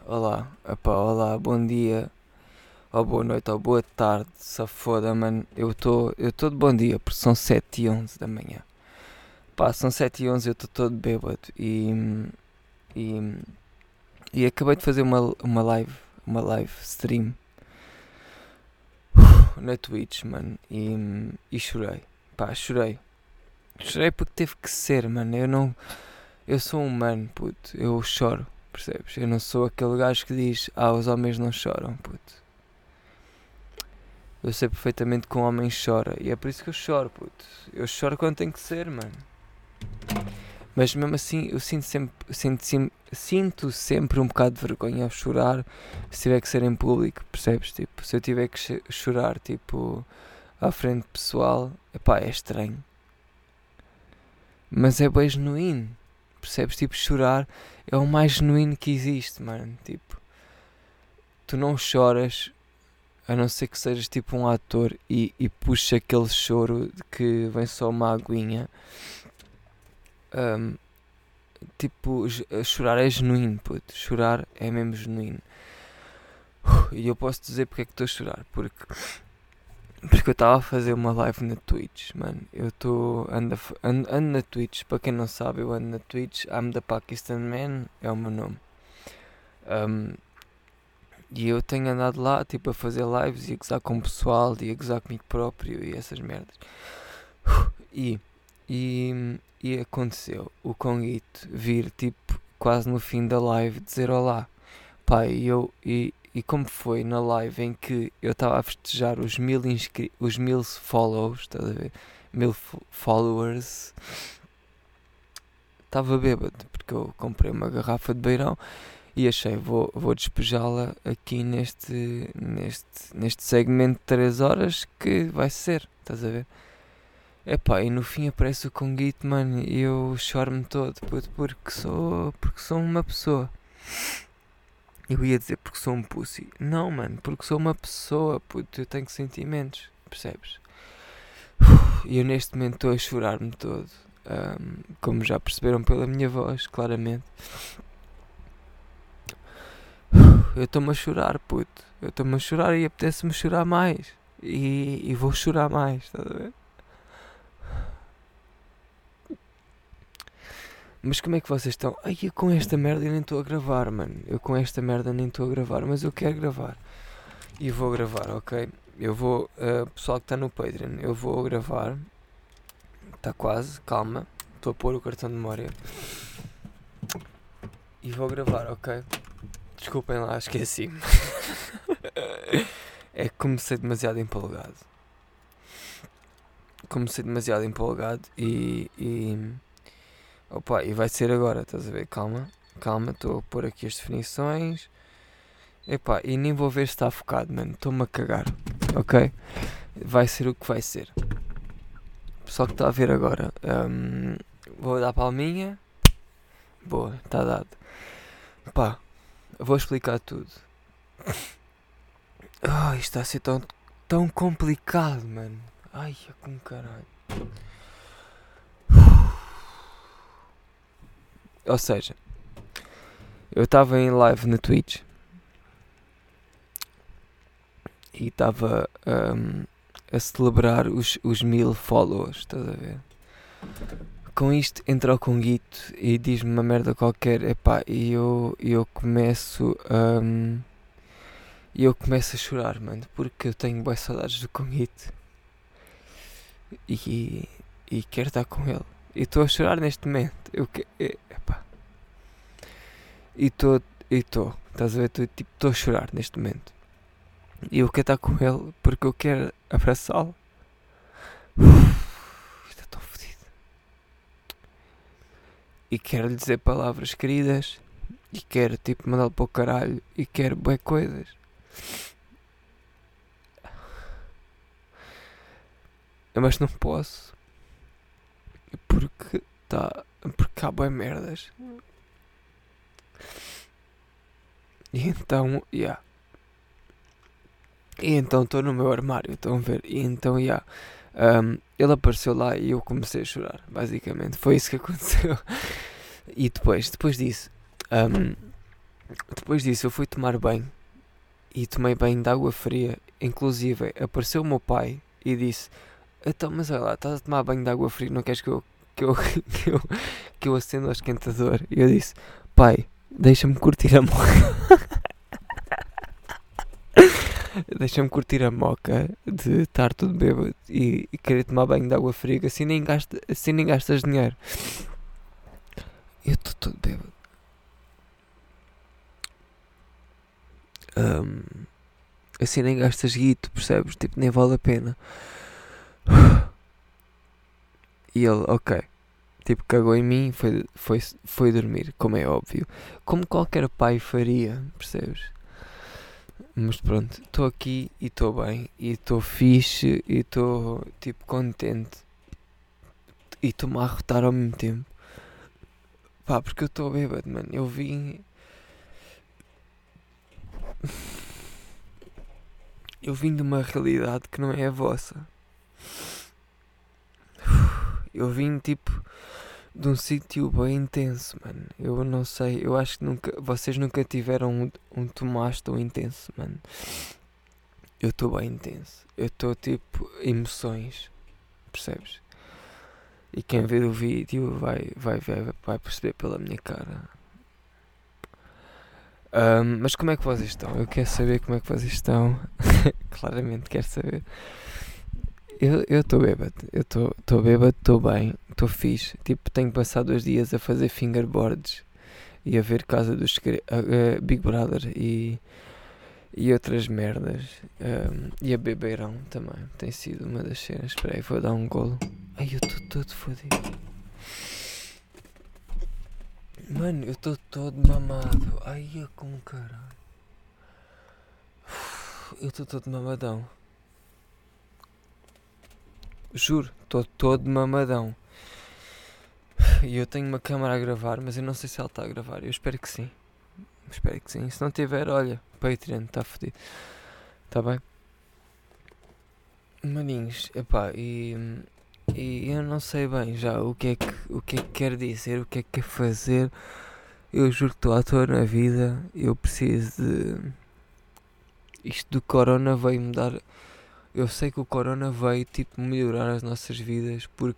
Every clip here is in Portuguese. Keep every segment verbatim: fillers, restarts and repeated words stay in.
Olá, epá, olá, bom dia, ou boa noite, ou boa tarde, se foda, mano. Eu estou eu tô de bom dia, porque são sete e onze da manhã. Pá, são sete e onze e eu estou todo bêbado e, e, e acabei de fazer uma, uma live, uma live stream na Twitch, mano, e, e chorei. Pá, chorei. Chorei porque teve que ser, mano. Eu não. Eu sou um humano, puto. Eu choro, percebes? Eu não sou aquele gajo que diz, ah, os homens não choram, puto. Eu sei perfeitamente que um homem chora e é por isso que eu choro, puto. Eu choro quando tem que ser, mano. Mas mesmo assim, eu sinto sempre, sinto, sim- sinto sempre um bocado de vergonha ao chorar se tiver que ser em público, percebes? Tipo, se eu tiver que che- chorar, tipo, à frente pessoal, epá, é estranho. Mas é bem genuíno, percebes? Tipo, chorar é o mais genuíno que existe, mano. Tipo, tu não choras a não ser que sejas tipo um ator e, e puxa aquele choro de que vem só uma aguinha. Ahm, tipo, chorar é genuíno, puto. Chorar é mesmo genuíno. E eu posso dizer porque é que estou a chorar. Porque, porque eu estava a fazer uma live na Twitch, mano. Eu estou. Ando, ando, ando na Twitch. Para quem não sabe, eu ando na Twitch. I'm the Pakistan Man, é o meu nome. Ahm, e eu tenho andado lá, tipo, a fazer lives e a gozar com o pessoal e a gozar comigo próprio e essas merdas. E, e, e aconteceu o Conguito vir tipo quase no fim da live dizer olá. Pá, e eu e, e como foi na live em que eu estava a festejar os mil inscri os mil follows, estás a ver? Mil followers, estava bêbado porque eu comprei uma garrafa de beirão e achei vou, vou despejá-la aqui neste, neste, neste segmento de três horas que vai ser, estás a ver? Epá, e no fim aparece o Conguito, mano, e eu choro-me todo, puto, porque sou, porque sou uma pessoa. Eu ia dizer porque sou um pussy. Não, mano, porque sou uma pessoa, puto, eu tenho sentimentos, percebes? E eu neste momento estou a chorar-me todo, ahm, como já perceberam pela minha voz, claramente. Eu estou-me a chorar, puto, eu estou-me a chorar e apetece-me chorar mais. E, e vou chorar mais, estás a ver? Mas como é que vocês estão? Ai, eu com esta merda eu nem estou a gravar, mano. Eu com esta merda nem estou a gravar, mas eu quero gravar. E vou gravar, ok? Eu vou, uh, pessoal que está no Patreon, eu vou gravar. Está quase, calma. Estou a pôr o cartão de memória. E vou gravar, ok? Desculpem lá, esqueci-me. É que comecei demasiado empolgado. Comecei demasiado empolgado e, e opa, e vai ser agora, estás a ver? Calma, calma, estou a pôr aqui as definições. Epá, e nem vou ver se está focado, mano. Estou-me a cagar, ok? Vai ser o que vai ser. Pessoal que está a ver agora, hum, vou dar palminha. Boa, está dado. Pá, vou explicar tudo. Ah, isto está a ser tão, tão complicado, mano. Ai, é com caralho. Ou seja, eu estava em live na Twitch e estava um, a celebrar os, os mil followers, estás a ver? Com isto entra o Conguito e diz-me uma merda qualquer, epá, e eu, eu começo um, e eu começo a chorar, mano, porque eu tenho boas saudades do Conguito e, e quero estar com ele. E estou a chorar neste momento, eu que, epá, e estou, e estou, estás a ver, estou tipo, a chorar neste momento. E eu quero estar com ele porque eu quero abraçá-lo. Isto é tão fodido. E quero lhe dizer palavras queridas. E quero tipo mandá-lo para o caralho. E quero bué coisas. Mas não posso. Porque tá. Porque há bué merdas. E então, já. Yeah. E então estou no meu armário, estão a ver? E então, já. Yeah, um, ele apareceu lá e eu comecei a chorar, basicamente. Foi isso que aconteceu. E depois, depois disso, um, Depois disso eu fui tomar banho e tomei banho de água fria. Inclusive apareceu o meu pai e disse: então, mas olha lá, estás a tomar banho de água fria, não queres que eu, que eu, que eu, que eu acenda o esquentador? E eu disse: pai, deixa-me curtir a moca. Deixa-me curtir a moca de estar tudo bêbado e, e querer tomar banho de água fria, que assim nem, gasta, assim nem gastas dinheiro. Eu estou todo bêbado. Um, assim nem gastas guito, percebes? Tipo, nem vale a pena. E ele, ok. Tipo, cagou em mim e foi, foi, foi dormir, como é óbvio. Como qualquer pai faria, percebes? Mas pronto, estou aqui e estou bem. E estou fixe e estou, tipo, contente. E estou-me a arrotar ao mesmo tempo. Pá, porque eu estou bêbado, mano. Eu vim... Eu vim de uma realidade que não é a vossa. Eu vim, tipo... de um sítio bem intenso, mano. Eu não sei, eu acho que nunca, vocês nunca tiveram um, um Tomás tão intenso, mano. Eu estou bem intenso. Eu estou tipo emoções, percebes? E quem ver o vídeo vai, vai ver, vai perceber pela minha cara. Um, mas como é que vocês estão? Eu quero saber como é que vocês estão. Claramente quero saber. Eu estou bêbado, eu estou bêbado, estou bem, estou fixe. Tipo, tenho passado dois dias a fazer fingerboards e a ver Casa dos Segre- uh, uh, Big Brother e, e outras merdas. Um, e a bebeirão também, tem sido uma das cenas. Espera aí, vou dar um golo. Ai, eu estou todo fodido. Mano, eu estou todo mamado. Ai, é com caralho. Eu estou todo mamadão. Juro, estou todo mamadão. E eu tenho uma câmera a gravar, mas eu não sei se ela está a gravar. Eu espero que sim. Espero que sim. Se não tiver, olha, Patreon, está fodido. Está bem? Maninhos, epá, e, e eu não sei bem já o que é que, o que, é que quer dizer, o que é que quer fazer. Eu juro que estou à toa na vida. Eu preciso de... Isto do corona veio me dar... Eu sei que o corona veio, tipo, melhorar as nossas vidas porque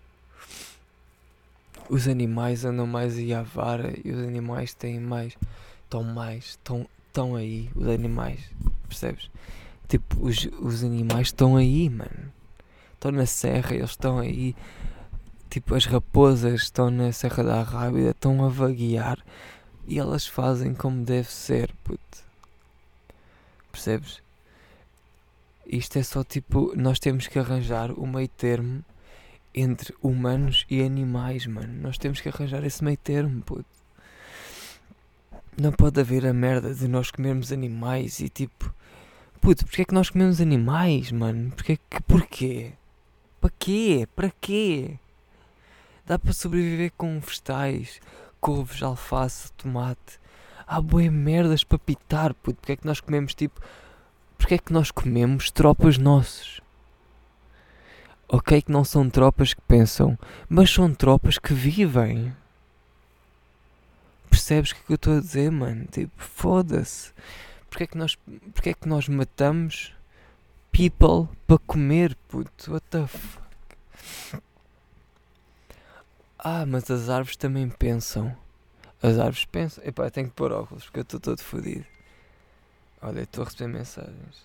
os animais andam mais aí à vara e os animais têm mais... Estão mais... Estão, estão aí, os animais, percebes? Tipo, os, os animais estão aí, mano. Estão na serra, eles estão aí. Tipo, as raposas estão na Serra da Arrábida, estão a vaguear. E elas fazem como deve ser, puto. Percebes? Isto é só tipo, nós temos que arranjar o meio termo entre humanos e animais, mano. Nós temos que arranjar esse meio termo, puto. Não pode haver a merda de nós comermos animais e tipo... Puto, porque é que nós comemos animais, mano? Porque é que... Porquê? Para quê? Para quê? Dá para sobreviver com vegetais, couves, alface, tomate. Há bué merdas para pitar, puto. Porque é que nós comemos tipo... Porque é que nós comemos tropas nossos? Ok que não são tropas que pensam, mas são tropas que vivem. Percebes o que é que eu estou a dizer, mano? Tipo, foda-se. Porque é que nós, porque é que nós matamos people para comer, puto? What the fuck? Ah, mas as árvores também pensam. As árvores pensam. Epá, eu tenho que pôr óculos porque eu estou todo fodido. Olha, estou a receber mensagens.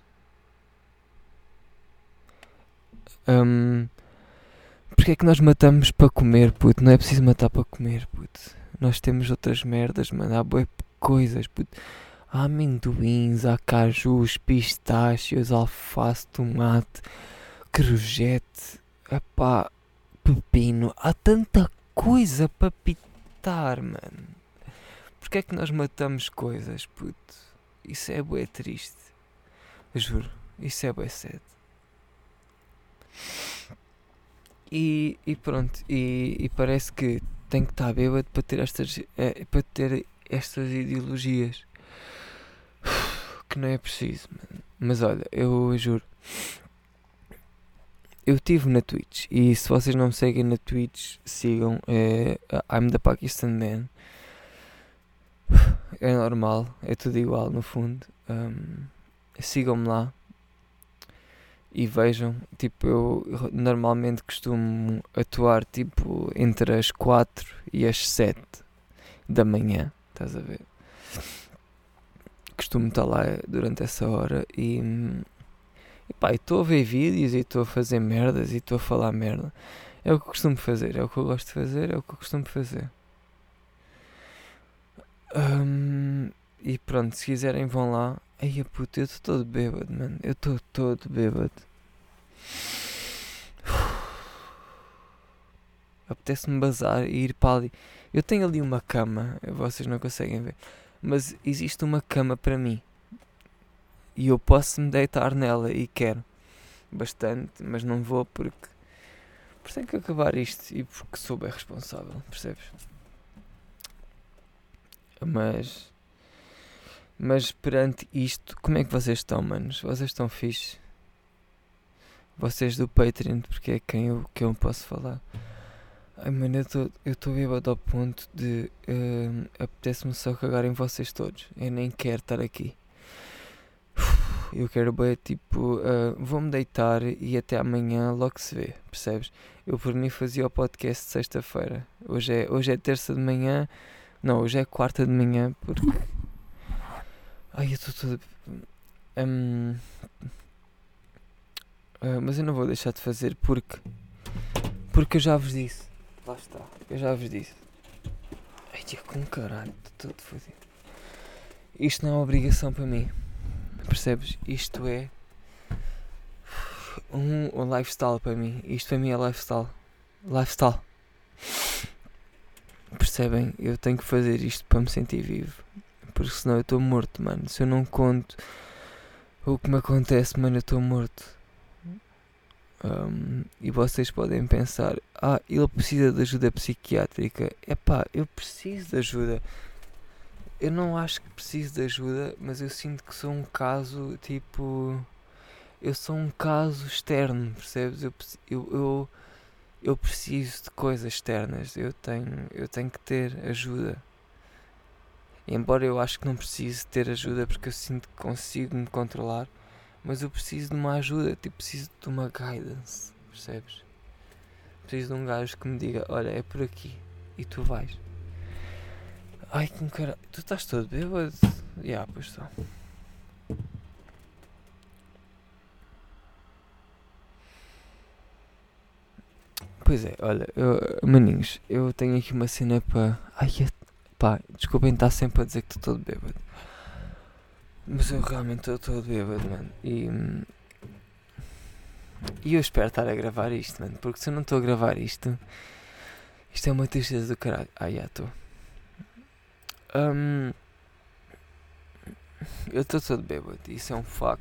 Um, porque é que nós matamos para comer, puto? Não é preciso matar para comer, puto. Nós temos outras merdas, mano. Há bué coisas, puto. Há amendoins, há cajus, pistácios, alface, tomate, crojete, epá, pepino. Há tanta coisa para pitar, mano. Porque é que nós matamos coisas, puto? Isso é bué triste. Eu juro, isso é bué sad. E, e pronto, e, e parece que tem que estar bêbado para ter estas, é, para ter estas ideologias. Que não é preciso, mano. Mas olha, eu juro. Eu estive na Twitch e se vocês não me seguem na Twitch, sigam. É, I'm the Pakistan Man. É normal, é tudo igual no fundo. Um, sigam-me lá e vejam. Tipo, eu normalmente costumo atuar tipo entre as quatro e as sete da manhã, estás a ver? Costumo estar lá durante essa hora e, e pá, estou a ver vídeos e estou a fazer merdas e estou a falar merda. É o que eu costumo fazer, é o que eu gosto de fazer, é o que eu costumo fazer. Um, e pronto, se quiserem vão lá. Ai, puta, eu estou todo bêbado, mano. Eu estou todo bêbado. Apetece-me bazar e ir para ali. Eu tenho ali uma cama, vocês não conseguem ver, mas existe uma cama para mim. E eu posso me deitar nela e quero bastante, mas não vou porque, porque tenho que acabar isto e porque sou bem responsável, percebes? Mas, mas perante isto, como é que vocês estão, manos? Vocês estão fixe? Vocês do Patreon, porque é quem eu, que eu posso falar. Ai, mano, eu estou bêbado ao ponto de uh, apetece-me só cagar em vocês todos. Eu nem quero estar aqui. Eu quero bem, tipo, uh, vou-me deitar e até amanhã logo se vê, percebes? Eu por mim fazia o podcast de sexta-feira. Hoje é, hoje é terça de manhã. Não, hoje é quarta de manhã porque... Ai, eu estou todo... Um, uh, mas eu não vou deixar de fazer porque... Porque eu já vos disse. Lá está, eu já vos disse. Ai, tia, com caralho, estou todo fodido. Isto não é uma obrigação para mim. Percebes? Isto é um, um lifestyle para mim. Isto para mim é lifestyle. Lifestyle. Percebem? Eu tenho que fazer isto para me sentir vivo. Porque senão eu estou morto, mano. Se eu não conto o que me acontece, mano, eu estou morto. Um, e vocês podem pensar, ah, ele precisa de ajuda psiquiátrica. Epá, eu preciso de ajuda. Eu não acho que preciso de ajuda, mas eu sinto que sou um caso, tipo... Eu sou um caso externo, percebes? Eu, eu, eu, eu preciso de coisas externas. Eu tenho, eu tenho que ter ajuda. Embora eu acho que não precise ter ajuda porque eu sinto que consigo me controlar. Mas eu preciso de uma ajuda, tipo, preciso de uma guidance, percebes? Preciso de um gajo que me diga, olha, é por aqui, e tu vais. Ai, que caralho, tu estás todo bêbado? Já, yeah, pois estou. Pois é, olha, eu, maninhos, eu tenho aqui uma cena para... Ai, pá, desculpem estar sempre a dizer que estou todo bêbado. Mas eu realmente estou todo bêbado, mano, e... E eu espero estar a gravar isto, mano, porque se eu não estou a gravar isto... Isto é uma tristeza do caralho. Ah, já estou. Um, eu estou todo bêbado, isso é um facto.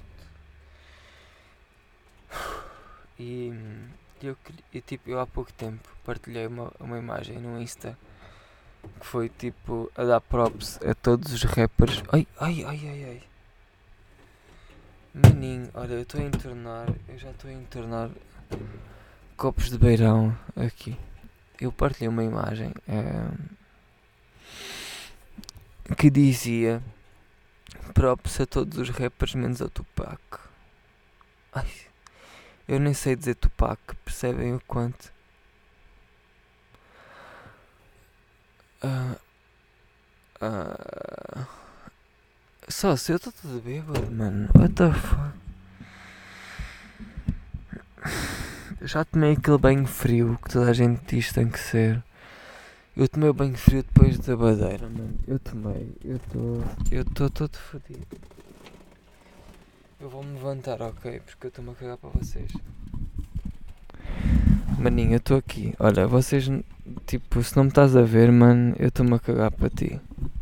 E eu, eu, tipo, eu há pouco tempo partilhei uma, uma imagem no Insta que foi tipo a dar props a todos os rappers. Ai, ai, ai, ai, ai. Maninho, olha, eu estou a entornar, eu já estou a entornar copos de beirão aqui. Eu partilhei uma imagem um, que dizia props a todos os rappers menos ao Tupac. Ai, eu nem sei dizer Tupac, percebem o quanto? Uh, uh, só se eu estou todo bêbado, mano. What the fuck? Eu já tomei aquele banho frio que toda a gente diz que tem que ser. Eu tomei o banho frio depois da badeira, mano. Eu tomei. Eu estou. Eu estou todo fodido. Eu vou-me levantar, ok? Porque eu estou-me a cagar para vocês. Maninho, eu estou aqui. Olha, vocês. Tipo, se não me estás a ver, mano, eu estou-me a cagar para ti.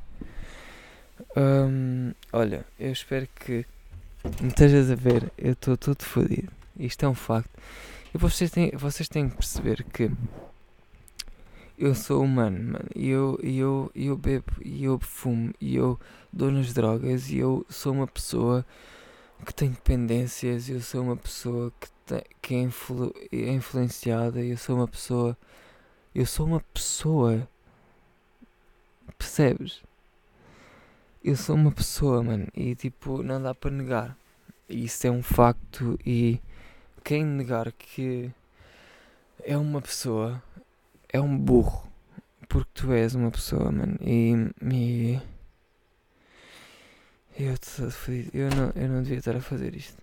Um, olha, eu espero que me estejas a ver. Eu estou todo fodido. Isto é um facto. E vocês têm, vocês têm que perceber que eu sou humano, mano. E eu, eu, eu bebo, e eu fumo, e eu dou nas drogas, e eu sou uma pessoa que tem dependências, eu sou uma pessoa que, te, que é, influ, é influenciada, eu sou uma pessoa... Eu sou uma pessoa... Percebes? eu sou uma pessoa, mano, e tipo, não dá para negar. Isso é um facto e quem negar que é uma pessoa é um burro. Porque tu és uma pessoa, mano, e, e eu, tô fodido. eu, não, eu não devia estar a fazer isto.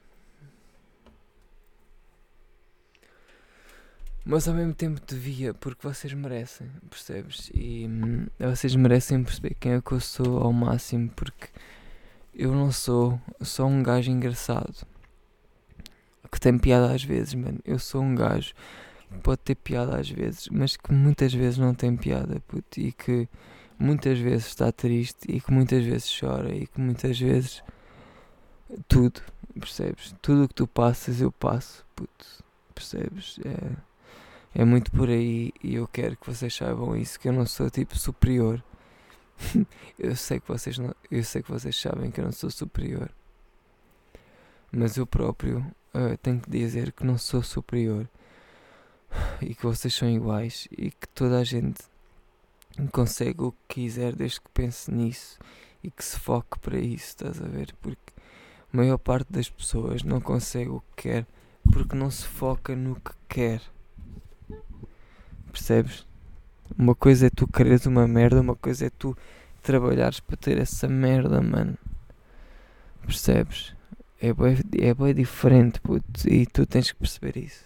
Mas ao mesmo tempo devia, porque vocês merecem, percebes? E hum, vocês merecem perceber quem é que eu sou ao máximo, porque eu não sou só um gajo engraçado que tem piada às vezes, mano. Eu sou um gajo que pode ter piada às vezes, mas que muitas vezes não tem piada, puto, e que muitas vezes está triste e que muitas vezes chora e que muitas vezes tudo, percebes? Tudo o que tu passas eu passo, puto, percebes? É, é muito por aí e eu quero que vocês saibam isso, que eu não sou tipo superior. eu sei que vocês não, eu sei que vocês sabem que eu não sou superior, mas eu próprio uh, tenho que dizer que não sou superior e que vocês são iguais e que toda a gente consegue o que quiser desde que pense nisso e que se foque para isso, estás a ver? Porque a maior parte das pessoas não consegue o que quer porque não se foca no que quer, percebes? Uma coisa é tu quereres uma merda, uma coisa é tu trabalhares para ter essa merda, mano, percebes? É bem, é bem diferente, puto, e tu tens que perceber isso.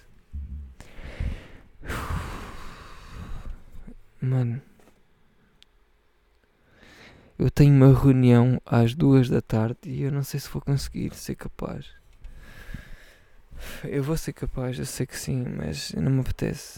Mano, eu tenho uma reunião às duas da tarde e eu não sei se vou conseguir ser capaz. Eu vou ser capaz, eu sei que sim, mas não me apetece.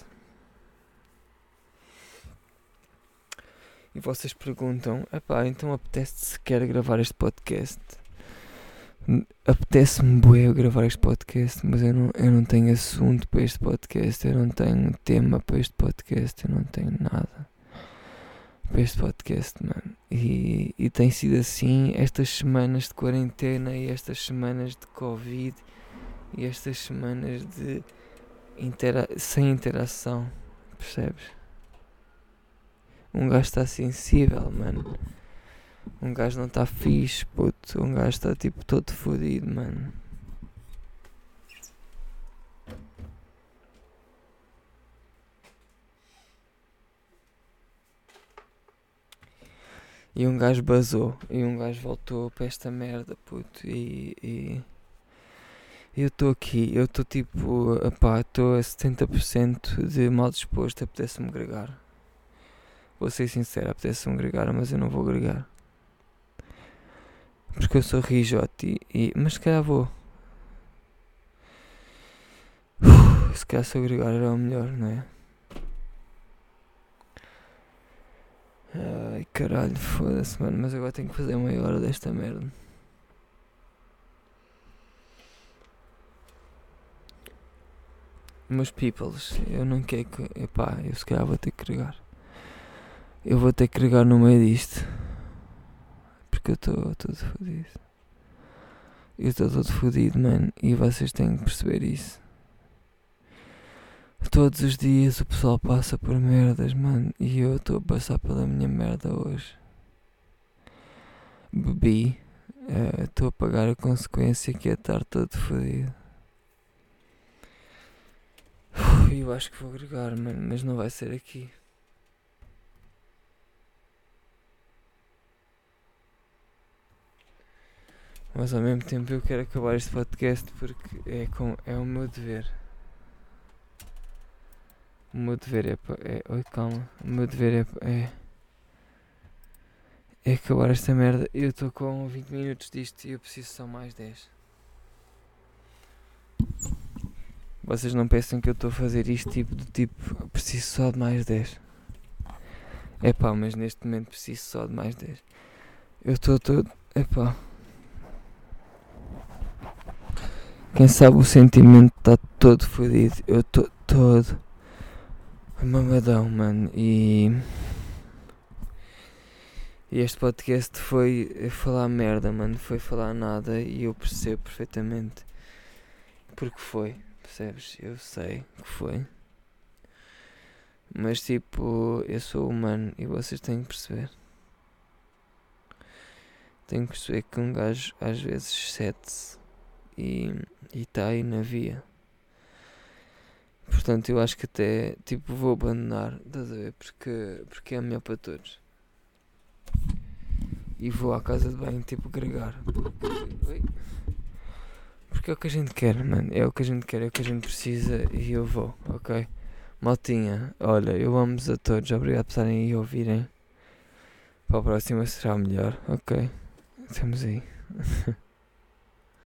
E vocês perguntam, epá, então apetece-te sequer gravar este podcast? Apetece-me bué gravar este podcast, mas eu não, eu não tenho assunto para este podcast, eu não tenho tema para este podcast, eu não tenho nada para este podcast, mano. E, e tem sido assim estas semanas de quarentena e estas semanas de Covid e estas semanas de intera- sem interação, percebes? Um gajo está sensível, mano. Um gajo não está fixe, puto. Um gajo está tipo todo fodido, mano. E um gajo basou. E um gajo voltou para esta merda, puto. E. e eu estou aqui. Eu estou tipo. Epá, estou a setenta por cento de mal disposto. Apetece-me gregar. Vou ser sincero, apetece-me gregar, mas eu não vou gregar. Porque eu sou rijote e, mas se calhar vou. Uf, se calhar se eu agregar era o melhor, não é? Ai caralho, foda-se, mano. Mas agora tenho que fazer meia hora desta merda. Meus peoples, eu não quero que. Epá, eu se calhar vou ter que carregar. Eu vou ter que carregar no meio disto. Porque eu estou todo fodido. Eu estou todo fodido, mano. E vocês têm que perceber isso. Todos os dias o pessoal passa por merdas, mano. E eu estou a passar pela minha merda hoje. Bebi. Estou uh, a pagar a consequência que é estar todo fodido. Eu acho que vou agregar, mano. Mas não vai ser aqui. Mas ao mesmo tempo eu quero acabar este podcast porque é, com, é o meu dever. O meu dever é, é... Oi, calma. O meu dever é... É, é acabar esta merda. Eu estou com vinte minutos disto e eu preciso só mais dez. Vocês não pensam que eu estou a fazer isto tipo do tipo... Preciso só de mais dez. É pá, mas neste momento preciso só de mais dez. Eu estou todo... É pá... Quem sabe o sentimento está todo fodido. Eu estou todo mamadão, mano. E... E este podcast foi falar merda, mano. Foi falar nada e eu percebo perfeitamente. Porque foi, percebes? Eu sei que foi. Mas tipo, eu sou humano e vocês têm que perceber. tenho que perceber que um gajo às vezes sete e está aí na via. Portanto, eu acho que até, tipo, vou abandonar, estás a ver? Porque, porque é melhor para todos. E vou à casa de banho, tipo, gregar. Porque, porque é o que a gente quer, mano. É o que a gente quer, é o que a gente precisa e eu vou, ok? Maltinha, olha, eu amo-vos a todos. Obrigado por estarem aí a ouvirem. Para a próxima será melhor, ok? Estamos aí.